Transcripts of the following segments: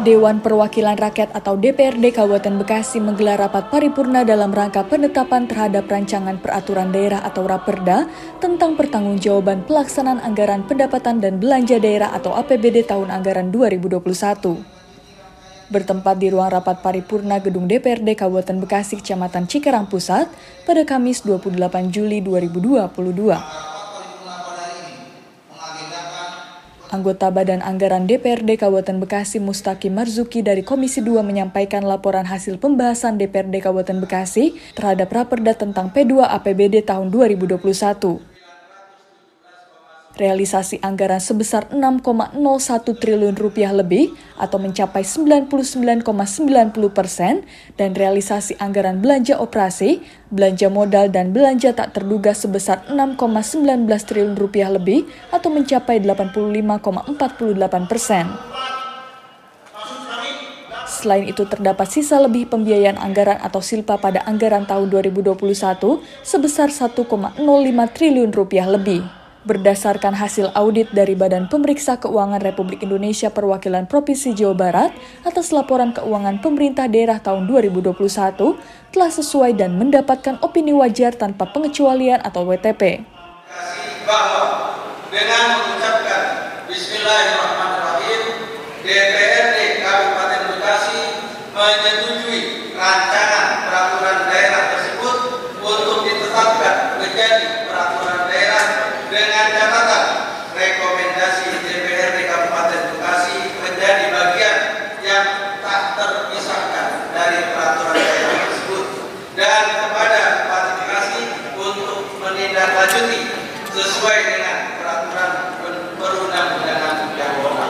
Dewan Perwakilan Rakyat atau DPRD Kabupaten Bekasi menggelar rapat paripurna dalam rangka penetapan terhadap rancangan peraturan daerah atau Raperda tentang pertanggungjawaban pelaksanaan anggaran pendapatan dan belanja daerah atau APBD tahun anggaran 2021. Bertempat di ruang rapat paripurna Gedung DPRD Kabupaten Bekasi, Kecamatan Cikarang Pusat pada Kamis 28 Juli 2022. Anggota Badan Anggaran DPRD Kabupaten Bekasi Mustaqim Marzuki dari Komisi 2 menyampaikan laporan hasil pembahasan DPRD Kabupaten Bekasi terhadap Raperda tentang P2 APBD tahun 2021. Realisasi anggaran sebesar Rp6,01 triliun lebih atau mencapai 99,90% dan realisasi anggaran belanja operasi, belanja modal dan belanja tak terduga sebesar Rp6,19 triliun lebih atau mencapai 85,40%. Selain itu terdapat sisa lebih pembiayaan anggaran atau silpa pada anggaran tahun 2021 sebesar Rp1,05 triliun lebih. Berdasarkan hasil audit dari Badan Pemeriksa Keuangan Republik Indonesia Perwakilan Provinsi Jawa Barat atas laporan keuangan pemerintah daerah tahun 2021 telah sesuai dan mendapatkan opini wajar tanpa pengecualian atau WTP. Bahwa dengan mengucapkan Bismillahirrahmanirrahim, DPRD Kabupaten Bekasi menyetujui rancangan peraturan daerah tersebut untuk ditetapkan menjadi peraturan daerah dengan catatan rekomendasi DPRD Kabupaten Bekasi menjadi bagian yang tak terpisahkan dari peraturan daerah tersebut dan kepada Bupati Bekasi untuk menindaklanjuti sesuai dengan peraturan perundang-undangan yang berlaku.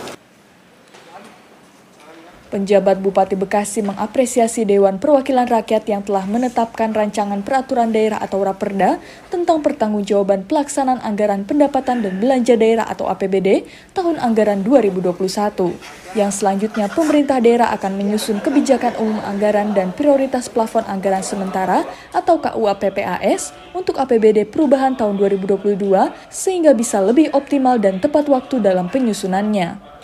Penjabat Bupati Bekasi mengapresiasi Dewan Perwakilan Rakyat yang telah menetapkan rancangan peraturan daerah atau Raperda tentang pertanggungjawaban pelaksanaan anggaran pendapatan dan belanja daerah atau APBD tahun anggaran 2021. Yang selanjutnya pemerintah daerah akan menyusun kebijakan umum anggaran dan prioritas plafon anggaran sementara atau KUAPPAS untuk APBD perubahan tahun 2022 sehingga bisa lebih optimal dan tepat waktu dalam penyusunannya.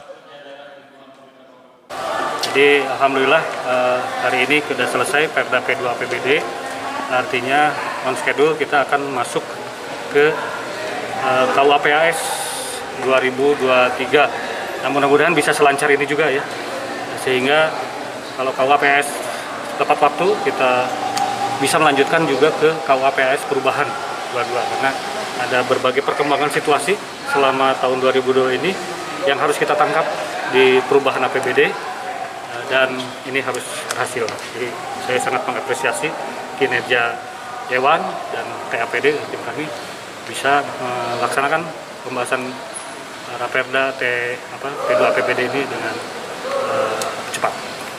Jadi alhamdulillah hari ini sudah selesai Perda P2 APBD, artinya on schedule kita akan masuk ke KUAPAS 2023. Nah, mudah-mudahan bisa selancar ini juga ya, sehingga kalau KUAPAS tepat waktu kita bisa melanjutkan juga ke KUAPAS perubahan 22 karena ada berbagai perkembangan situasi selama tahun 2022 ini yang harus kita tangkap di perubahan APBD. Dan ini harus berhasil. Jadi saya sangat mengapresiasi kinerja Dewan dan TAPD tim kami bisa melaksanakan pembahasan Raperda P2 APBD ini dengan cepat.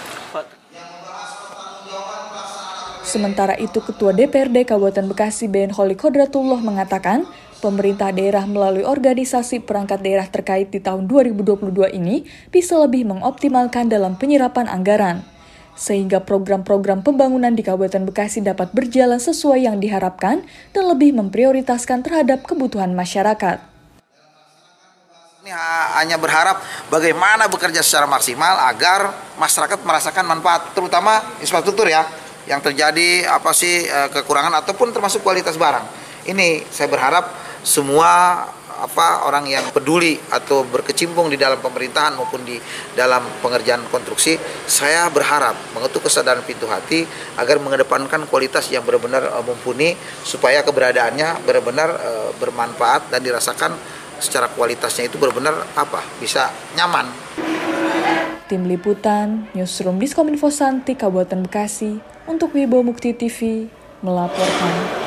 Sementara itu, Ketua DPRD Kabupaten Bekasi Ben Holi Kodratullah mengatakan, pemerintah daerah melalui organisasi perangkat daerah terkait di tahun 2022 ini bisa lebih mengoptimalkan dalam penyerapan anggaran, sehingga program-program pembangunan di Kabupaten Bekasi dapat berjalan sesuai yang diharapkan dan lebih memprioritaskan terhadap kebutuhan masyarakat. Ini hanya berharap bagaimana bekerja secara maksimal agar masyarakat merasakan manfaat, terutama infrastruktur ya, yang terjadi kekurangan ataupun termasuk kualitas barang. Ini saya berharap semua orang yang peduli atau berkecimpung di dalam pemerintahan maupun di dalam pengerjaan konstruksi, saya berharap mengetuk kesadaran pintu hati agar mengedepankan kualitas yang benar-benar mumpuni supaya keberadaannya benar-benar bermanfaat dan dirasakan secara kualitasnya itu benar-benar bisa nyaman. Tim Liputan, Newsroom Diskominfo Santi, Kabupaten Bekasi, untuk Wibo Mukti TV, melaporkan.